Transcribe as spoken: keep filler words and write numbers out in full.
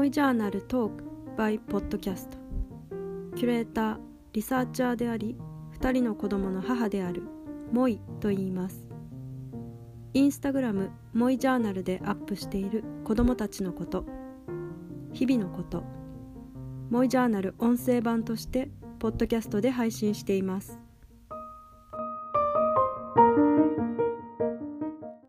モイジャーナルトーク by ポッドキャスト。キュレーター、リサーチャーであり、ふたりの子供の母であるモイと言います。インスタグラムモイジャーナルでアップしている子供たちのこと、日々のこと、モイジャーナル音声版としてポッドキャストで配信しています。